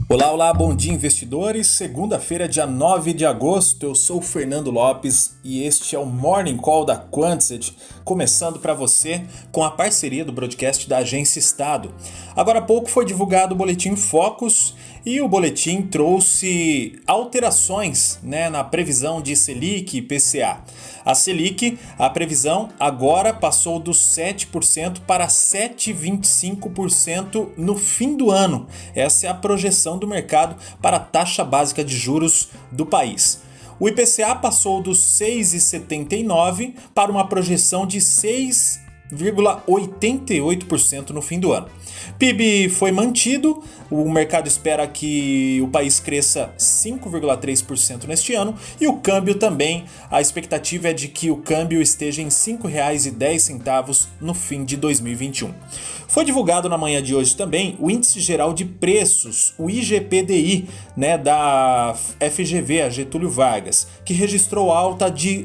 Olá, olá, bom dia investidores. Segunda-feira, dia 9 de agosto, eu sou o Fernando Lopes e este é o Morning Call da Quantset, começando para você com a parceria do broadcast da Agência Estado. Agora há pouco foi divulgado o Boletim Focus e o boletim trouxe alterações na previsão de Selic e IPCA. A Selic, a previsão agora passou dos 7% para 7,25% no fim do ano. Essa é a projeção do mercado para a taxa básica de juros do país. O IPCA passou dos 6,79% para uma projeção de 6,88% no fim do ano. PIB foi mantido, o mercado espera que o país cresça 5,3% neste ano e o câmbio também, a expectativa é de que o câmbio esteja em R$ 5,10 no fim de 2021. Foi divulgado na manhã de hoje também o Índice Geral de Preços, o IGPDI, da FGV, a Getúlio Vargas, que registrou alta de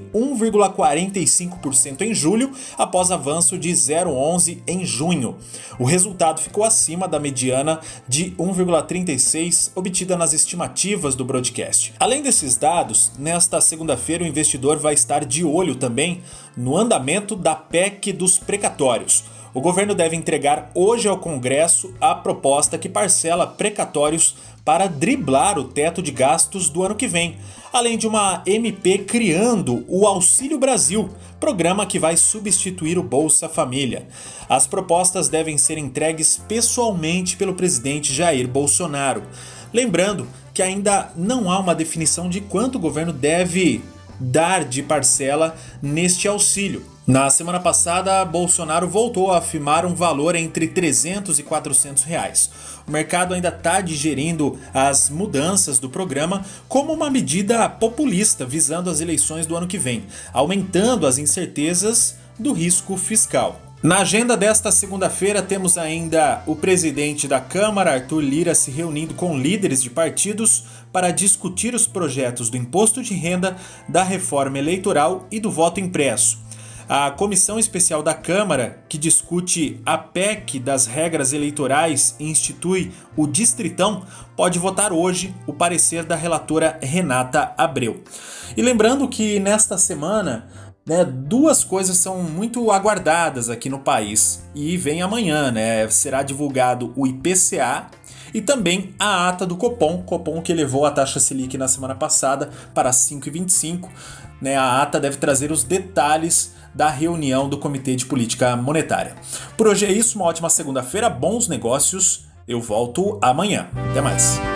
1,45% em julho, após avanço de 0,11% em junho. O resultado ficou acima da mediana de 1,36% obtida nas estimativas do broadcast. Além desses dados, nesta segunda-feira o investidor vai estar de olho também no andamento da PEC dos precatórios. O governo deve entregar hoje ao Congresso a proposta que parcela precatórios para driblar o teto de gastos do ano que vem, além de uma MP criando o Auxílio Brasil, programa que vai substituir o Bolsa Família. As propostas devem ser entregues pessoalmente pelo presidente Jair Bolsonaro. Lembrando que ainda não há uma definição de quanto o governo deve dar de parcela neste auxílio. Na semana passada, Bolsonaro voltou a afirmar um valor entre 300 e 400 reais. O mercado ainda está digerindo as mudanças do programa como uma medida populista visando as eleições do ano que vem, aumentando as incertezas do risco fiscal. Na agenda desta segunda-feira temos ainda o presidente da Câmara, Arthur Lira, se reunindo com líderes de partidos para discutir os projetos do imposto de renda, da reforma eleitoral e do voto impresso. A Comissão Especial da Câmara, que discute a PEC das regras eleitorais e institui o Distritão, pode votar hoje o parecer da relatora Renata Abreu. E lembrando que nesta semana, duas coisas são muito aguardadas aqui no país e vem amanhã, será divulgado o IPCA e também a ata do Copom que elevou a taxa Selic na semana passada para 5,25%. A ata deve trazer os detalhes da reunião do Comitê de Política Monetária. Por hoje é isso, uma ótima segunda-feira, bons negócios, eu volto amanhã. Até mais.